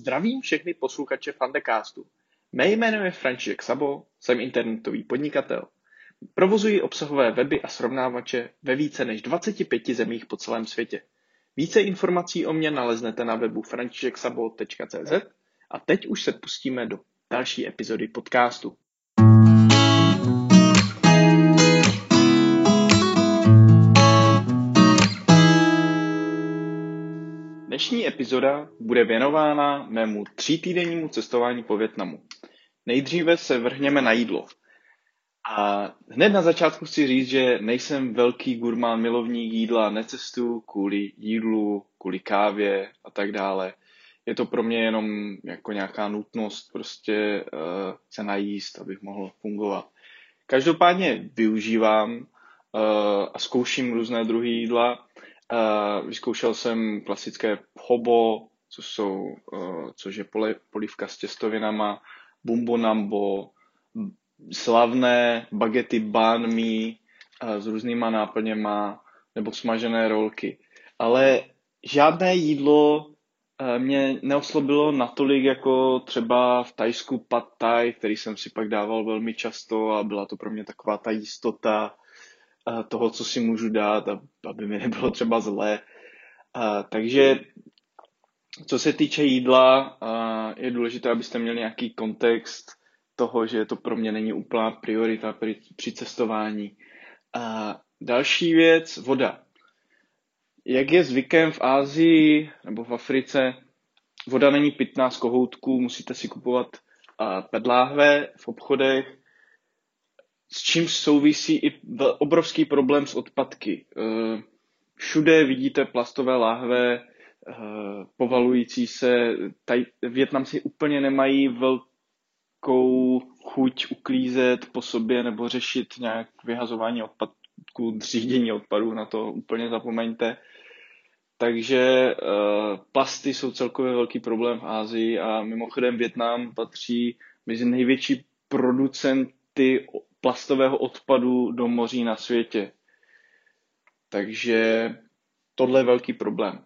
Zdravím všechny posluchače Fandecastu. Mé jméno je František Sabo, jsem internetový podnikatel. Provozuji obsahové weby a srovnávače ve více než 25 zemích po celém světě. Více informací o mě naleznete na webu františeksabo.cz a teď už se pustíme do další epizody podcastu. Dnešní epizoda bude věnována mému 3týdennímu cestování po Vietnamu. Nejdříve se vrhněme na jídlo. A hned na začátku chci říct, že nejsem velký gurmán, milovník jídla, necestuju kvůli jídlu, kvůli kávě a tak dále. Je to pro mě jenom jako nějaká nutnost prostě se najíst, abych mohl fungovat. Každopádně využívám a zkouším různé druhy jídla. Vyzkoušel jsem klasické pho, což je polívka s těstovinama, bumbo nambo, slavné bagety banh mi s různýma náplněma nebo smažené rolky. Ale žádné jídlo mě neoslobilo natolik jako třeba v Thajsku pad thai, který jsem si pak dával velmi často a byla to pro mě taková ta jistota toho, co si můžu dát, aby mi nebylo třeba zlé. Takže co se týče jídla, je důležité, abyste měli nějaký kontext toho, že to pro mě není úplná priorita při cestování. Další věc, voda. Jak je zvykem v Asii nebo v Africe, voda není pitná z kohoutků, musíte si kupovat PET láhve v obchodech, s čím souvisí i obrovský problém s odpadky. Všude vidíte plastové láhve, povalující se. Vietnamci úplně nemají velkou chuť uklízet po sobě nebo řešit nějak vyhazování odpadků, třídění odpadů, na to úplně zapomeňte. Takže plasty jsou celkově velký problém v Asii a mimochodem Vietnam patří mezi největší producenty plastového odpadu do moří na světě. Takže tohle je velký problém.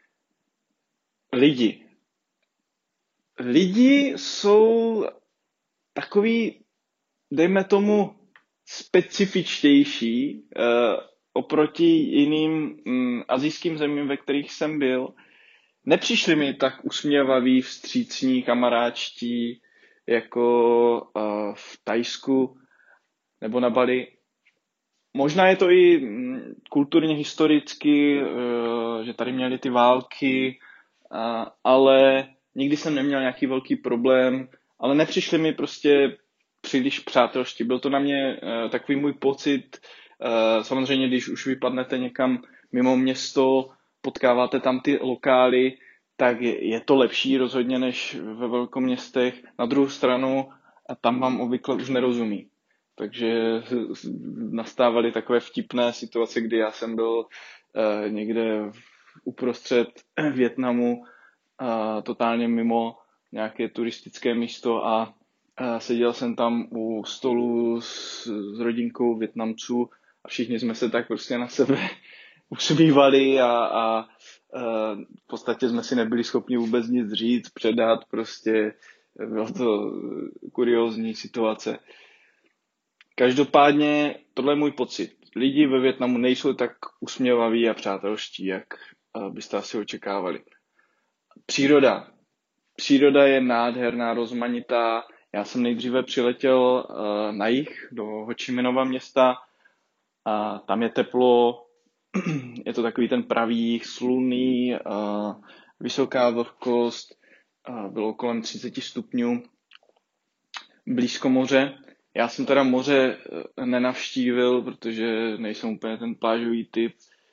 Lidi jsou takový, dejme tomu, specifičtější oproti jiným asijským zemím, ve kterých jsem byl. Nepřišli mi tak usměvaví, vstřícní, kamaráčtí jako v Thajsku nebo na Bali. Možná je to i kulturně, historicky, že tady měli ty války, ale nikdy jsem neměl nějaký velký problém, ale nepřišli mi prostě příliš přátelští. Byl to na mě takový můj pocit. Samozřejmě, když už vypadnete někam mimo město, potkáváte tam ty lokály, tak je to lepší rozhodně než ve velkoměstech. Na druhou stranu, tam vám obvykle už nerozumí. Takže nastávaly takové vtipné situace, kdy já jsem byl někde uprostřed Vietnamu, totálně mimo nějaké turistické místo a seděl jsem tam u stolu s rodinkou Vietnamců a všichni jsme se tak prostě na sebe usmívali a v podstatě jsme si nebyli schopni vůbec nic říct, předat, prostě byla to kuriózní situace. Každopádně tohle je můj pocit. Lidi ve Vietnamu nejsou tak usměvaví a přátelští, jak byste asi očekávali. Příroda. Příroda je nádherná, rozmanitá. Já jsem nejdříve přiletěl na jih do Ho Chi Minhova města a tam je teplo, je to takový ten pravý jih, slunný, vysoká vlhkost, bylo kolem 30 stupňů, blízko moře. Já jsem teda moře nenavštívil, protože nejsem úplně ten plážový typ.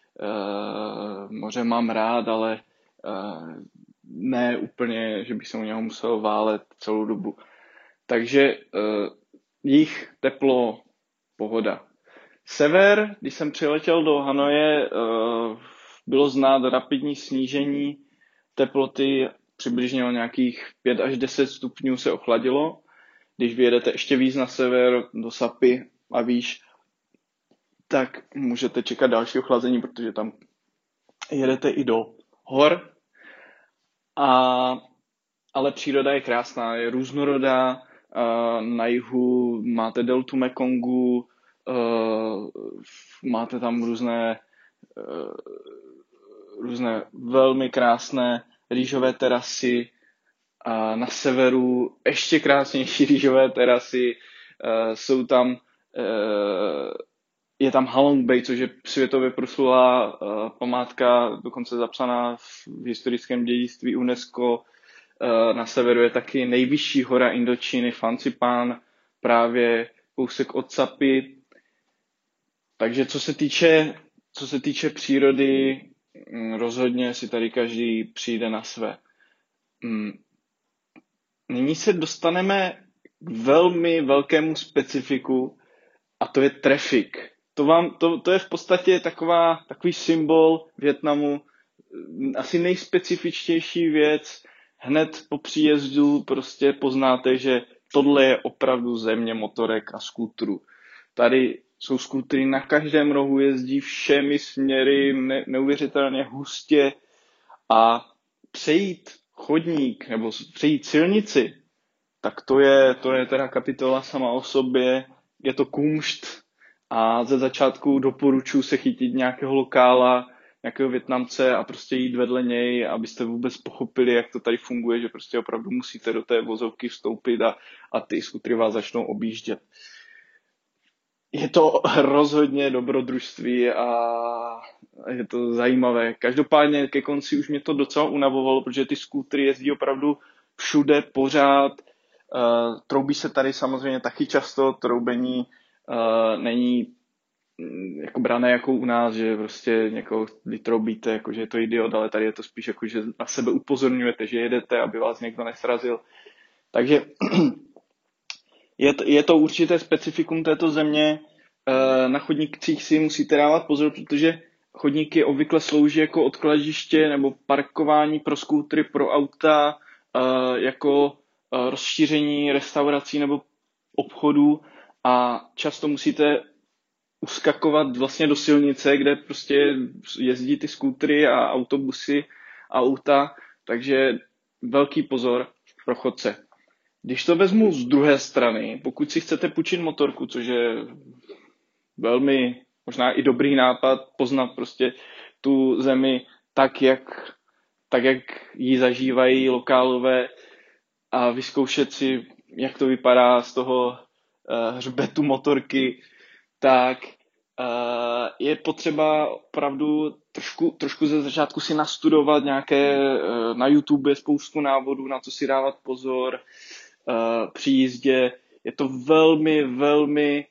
Moře mám rád, ale ne úplně, že bych se u něho musel válet celou dobu. Takže jich, teplo, pohoda. Sever, když jsem přiletěl do Hanoje, bylo znát rapidní snížení teploty, přibližně o nějakých 5 až 10 stupňů se ochladilo. Když vyjedete ještě víc na sever, do Sapy a výš, tak můžete čekat další ochlazení, protože tam jedete i do hor. A ale příroda je krásná, je různorodá. Na jihu máte deltu Mekongu, máte tam různé velmi krásné rýžové terasy a na severu ještě krásnější rýžové terasy. Jsou tam, je tam Halong Bay, což je světově proslulá památka, dokonce zapsaná v historickém dědictví UNESCO. Na severu je taky nejvyšší hora Indočíny, Fansipan, právě kousek od Sapy. Takže co se týče přírody, rozhodně si tady každý přijde na své. Nyní se dostaneme k velmi velkému specifiku a to je trafik. To je v podstatě takový symbol Vietnamu, asi nejspecifičtější věc. Hned po příjezdu prostě poznáte, že tohle je opravdu země motorek a skútrů. Tady jsou skútry na každém rohu, jezdí všemi směry, neuvěřitelně hustě a přejít chodník nebo přejít silnici, tak to je teda kapitola sama o sobě, je to kumšt a ze začátku doporučuji se chytit nějakého lokála, nějakého Vietnamce a prostě jít vedle něj, abyste vůbec pochopili, jak to tady funguje, že prostě opravdu musíte do té vozovky vstoupit a ty skutry vás začnou objíždět. Je to rozhodně dobrodružství a je to zajímavé. Každopádně ke konci už mě to docela unavovalo, protože ty skútry jezdí opravdu všude, pořád. Troubí se tady samozřejmě taky často, troubení není jako brané jako u nás, že prostě někoho vytroubíte, jako že je to idiot, ale tady je to spíš jako, že na sebe upozorňujete, že jedete, aby vás někdo nesrazil. Takže je to určité specifikum této země. Na chodnících si musíte dávat pozor, protože chodníky obvykle slouží jako odkladiště nebo parkování pro skútry, pro auta, jako rozšíření restaurací nebo obchodů a často musíte uskakovat vlastně do silnice, kde prostě jezdí ty skútry a autobusy a auta, takže velký pozor pro chodce. Když to vezmu z druhé strany, pokud si chcete půjčit motorku, což je velmi možná i dobrý nápad, poznat prostě tu zemi tak, jak ji zažívají lokálové a vyzkoušet si, jak to vypadá z toho hřbetu motorky, tak je potřeba opravdu trošku ze začátku si nastudovat na YouTube je spoustu návodů, na co si dávat pozor při jízdě. Je to velmi, velmi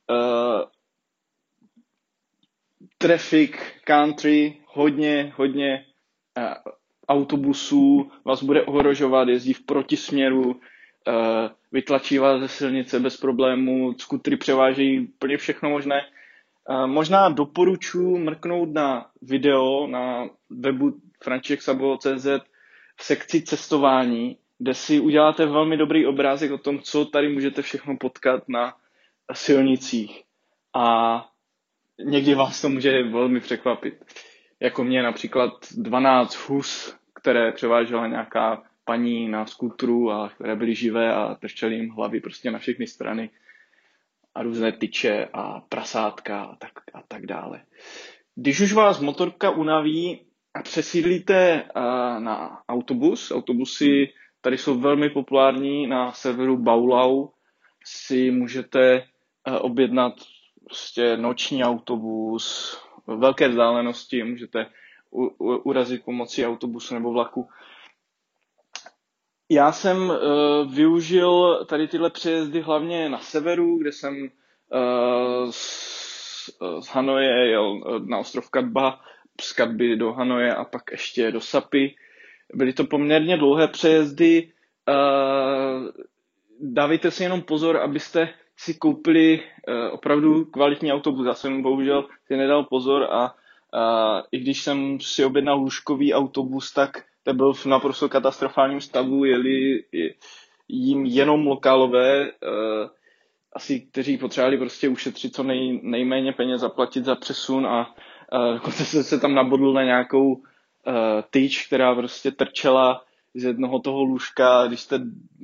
traffic country, hodně autobusů vás bude ohrožovat, jezdí v protisměru, vytlačí vás ze silnice bez problémů, skutry převážejí úplně všechno možné. Možná doporučuji mrknout na video na webu františeksabo.cz v sekci cestování, kde si uděláte velmi dobrý obrázek o tom, co tady můžete všechno potkat na silnicích. A někdy vás to může velmi překvapit. Jako mě například 12 hus, které převážela nějaká paní na skútru a které byly živé a trčely jim hlavy prostě na všechny strany a různé tyče a prasátka a tak dále. Když už vás motorka unaví a přesídlíte na autobusy tady jsou velmi populární, na severu Baulau si můžete objednat prostě noční autobus, velké vzdálenosti můžete urazit pomocí autobusu nebo vlaku. Já jsem využil tady tyhle přejezdy hlavně na severu, kde jsem z Hanoje jel na ostrov Katba, z Katby do Hanoje a pak ještě do Sapy. Byly to poměrně dlouhé přejezdy. Dávejte si jenom pozor, abyste si koupili opravdu kvalitní autobus. Já jsem bohužel si nedal pozor a i když jsem si objednal lůžkový autobus, tak to byl v naprosto katastrofálním stavu, jeli jim jenom lokálové, asi kteří potřebovali prostě ušetřit co nejméně peněz, zaplatit za přesun a dokonce se tam nabodl na nějakou tyč, která prostě trčela z jednoho toho lůžka, když jste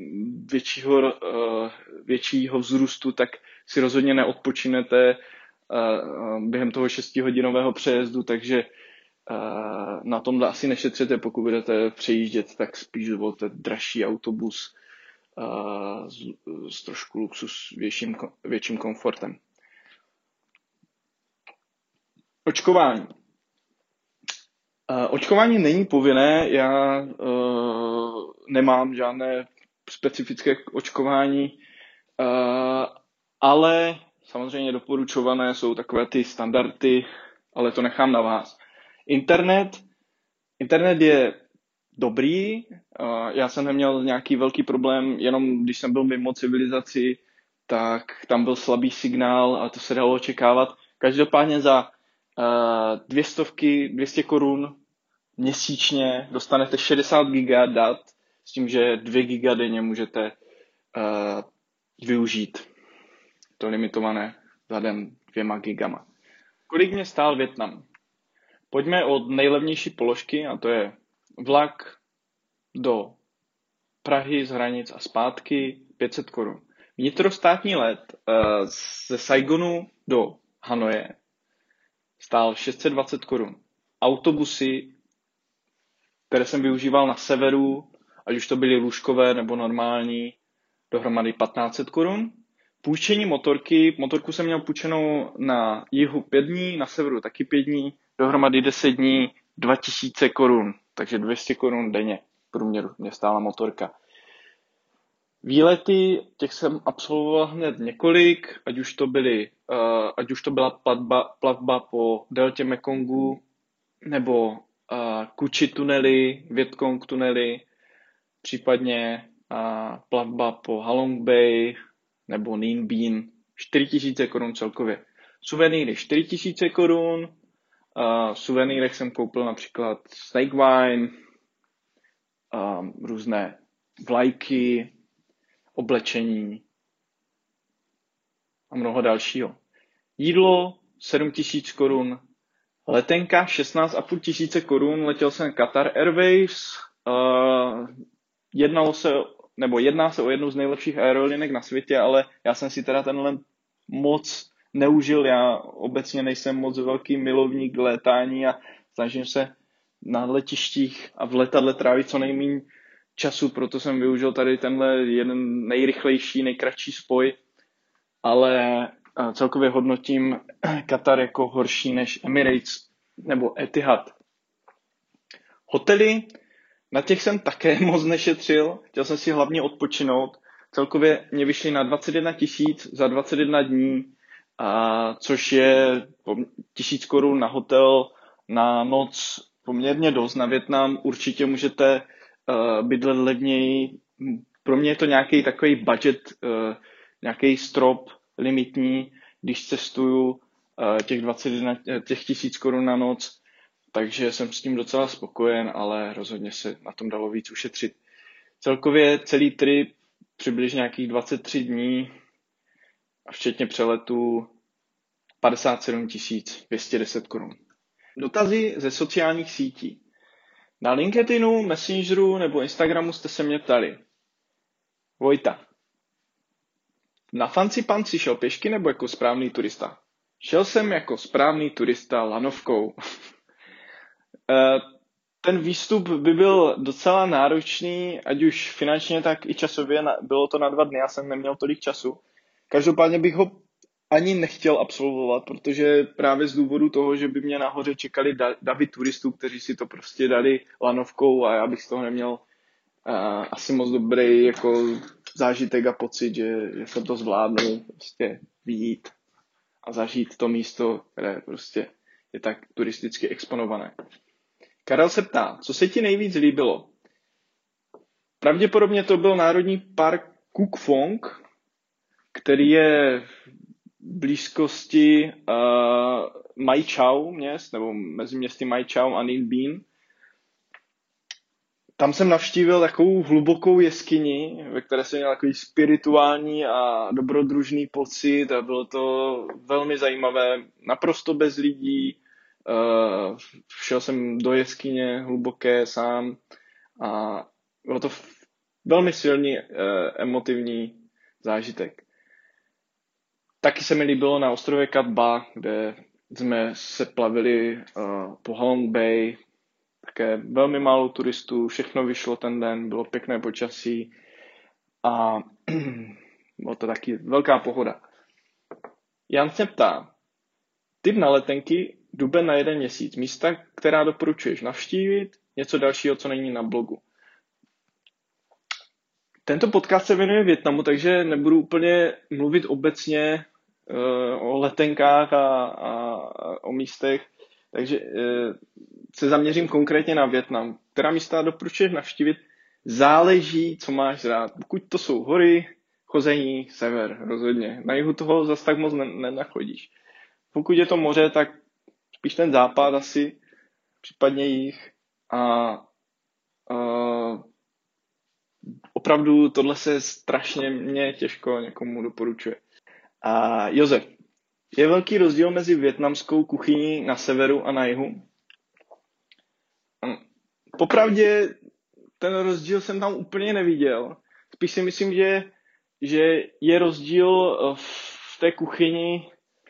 většího vzrůstu, tak si rozhodně neodpočinete během toho 6hodinového přejezdu, takže na tomhle asi nešetřete, pokud budete přejíždět, tak spíš zvolte dražší autobus s trošku luxus, větším komfortem. Očkování. Očkování není povinné, já nemám žádné specifické očkování, ale samozřejmě doporučované jsou takové ty standardy, ale to nechám na vás. Internet je dobrý, já jsem neměl nějaký velký problém, jenom když jsem byl mimo civilizaci, tak tam byl slabý signál a to se dalo očekávat. Každopádně za 200 korun měsíčně dostanete 60 giga dat, s tím, že 2 giga denně můžete využít. To limitované vzhledem 2 gigama. Kolik mě stál Vietnam? Pojďme od nejlevnější položky, a to je vlak do Prahy z hranic a zpátky 500 korun. Vnitrostátní let ze Saigonu do Hanoje stál 620 korun. Autobusy, které jsem využíval na severu, ať už to byly lůžkové nebo normální, dohromady 1500 korun. Půjčení motorku jsem měl půjčenou na jihu 5 dní, na severu taky 5 dní, dohromady 10 dní, 2000 korun, takže 200 korun denně průměru mě stála motorka. Výlety, těch jsem absolvoval hned několik, ať už to byla plavba po deltě Mekongu, nebo Kuchi tunely, Vietcong tunely, případně plavba po Halong Bay nebo Ninh Binh, 4000 korun celkově. Suvenýry 4000 korun, v suvenýrech jsem koupil například snake wine, různé vlajky, oblečení a mnoho dalšího. Jídlo 7000 korun, letenka 16 500 korun, letěl jsem Qatar Airways, jedná se o jednu z nejlepších aerolinek na světě, ale já jsem si teda tenhle moc neužil, já obecně nejsem moc velký milovník létání a snažím se na letištích a v letadle trávit co nejméně času, proto jsem využil tady tenhle jeden nejrychlejší, nejkratší spoj, ale celkově hodnotím Qatar jako horší než Emirates nebo Etihad. Hotely, na těch jsem také moc nešetřil, chtěl jsem si hlavně odpočinout. Celkově mě vyšly na 21 000 za 21 dní, což je 1000 korun na hotel na noc poměrně dost. Na Vietnam určitě můžete bydlet levněji. Pro mě je to nějaký takový budget, nějaký strop limitní, když cestuju těch 1000 korun na noc, takže jsem s tím docela spokojen, ale rozhodně se na tom dalo víc ušetřit. Celkově celý trip přibližně nějakých 23 dní, včetně přeletu 57 210 korun. Dotazy ze sociálních sítí. Na LinkedInu, Messengeru nebo Instagramu jste se mě ptali. Vojta, na Fancy Panci šel pěšky nebo jako správný turista? Šel jsem jako správný turista lanovkou. Ten výstup by byl docela náročný, ať už finančně, tak i časově. Bylo to na 2 dny, já jsem neměl tolik času. Každopádně bych ho ani nechtěl absolvovat, protože právě z důvodu toho, že by mě nahoře čekali davy turistů, kteří si to prostě dali lanovkou a já bych z toho neměl asi moc dobrý jako zážitek a pocit, že jsem to zvládnul prostě vyjít a zažít to místo, které prostě je tak turisticky exponované. Karel se ptá, co se ti nejvíc líbilo? Pravděpodobně to byl Národní park Cuc Phuong, který je v blízkosti Mai Chau měst, nebo mezi městy Mai Chau a Ninh Binh. Tam jsem navštívil takovou hlubokou jeskyni, ve které jsem měl takový spirituální a dobrodružný pocit a bylo to velmi zajímavé, naprosto bez lidí. Šel jsem do jeskyně hluboké sám a Bylo to velmi silný emotivní zážitek. Taky se mi líbilo na ostrově Cat Ba, kde jsme se plavili po Halong Bay, také velmi málo turistů, všechno vyšlo ten den, bylo pěkné počasí a bylo to taky velká pohoda. Jan se ptá, tip na letenky, duben na 1 měsíc, místa, která doporučuješ navštívit, něco dalšího, co není na blogu. Tento podcast se věnuje Vietnamu, takže nebudu úplně mluvit obecně o letenkách a o místech, takže se zaměřím konkrétně na Vietnam. Která místa doporučuješ navštívit? Záleží, co máš rád. Pokud to jsou hory, chození, sever, rozhodně. Na jihu toho zas tak moc nenachodíš. Pokud je to moře, tak spíš ten západ asi, případně jih. A opravdu tohle se strašně mě těžko někomu doporučuje. A Josef, je velký rozdíl mezi vietnamskou kuchyní na severu a na jihu? Popravdě ten rozdíl jsem tam úplně neviděl. Spíš si myslím, že je rozdíl v té kuchyni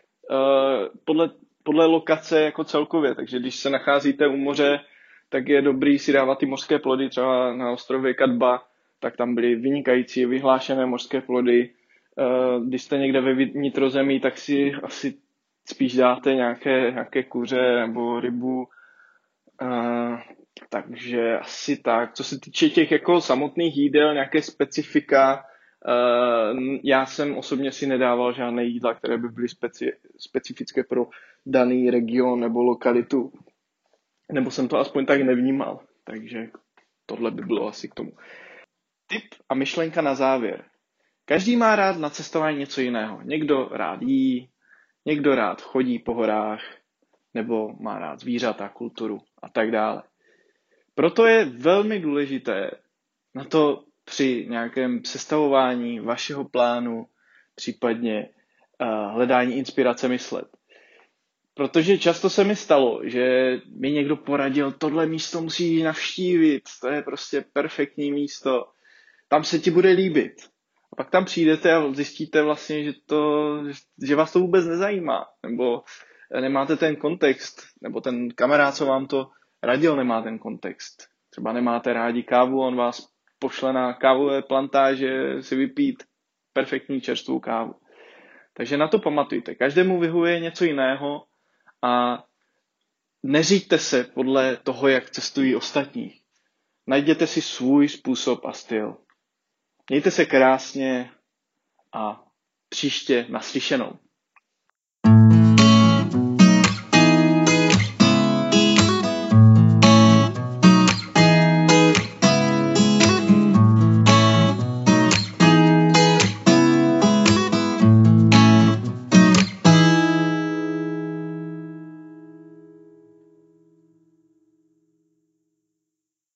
podle lokace jako celkově. Takže když se nacházíte u moře, tak je dobrý si dávat ty mořské plody, třeba na ostrově Cat Ba, tak tam byly vynikající vyhlášené mořské plody. Když jste někde ve vnitrozemí, tak si asi spíš dáte nějaké kuře nebo rybu. Takže asi tak. Co se týče těch jako samotných jídel, nějaké specifika, já jsem osobně si nedával žádné jídla, které by byly specifické pro daný region nebo lokalitu. Nebo jsem to aspoň tak nevnímal. Takže tohle by bylo asi k tomu. Tip a myšlenka na závěr. Každý má rád na cestování něco jiného. Někdo rád jí, někdo rád chodí po horách, nebo má rád zvířata, kulturu a tak dále. Proto je velmi důležité na to při nějakém sestavování vašeho plánu, případně hledání inspirace myslet. Protože často se mi stalo, že mi někdo poradil, tohle místo musíš navštívit, to je prostě perfektní místo, tam se ti bude líbit. A pak tam přijdete a zjistíte vlastně, že vás to vůbec nezajímá, nebo nemáte ten kontext, nebo ten kamarád, co vám to radil, nemá ten kontext. Třeba nemáte rádi kávu, on vás pošle na kávové plantáže si vypít perfektní čerstvou kávu. Takže na to pamatujte. Každému vyhovuje něco jiného a neříďte se podle toho, jak cestují ostatní. Najděte si svůj způsob a styl. Mějte se krásně a příště naslyšenou.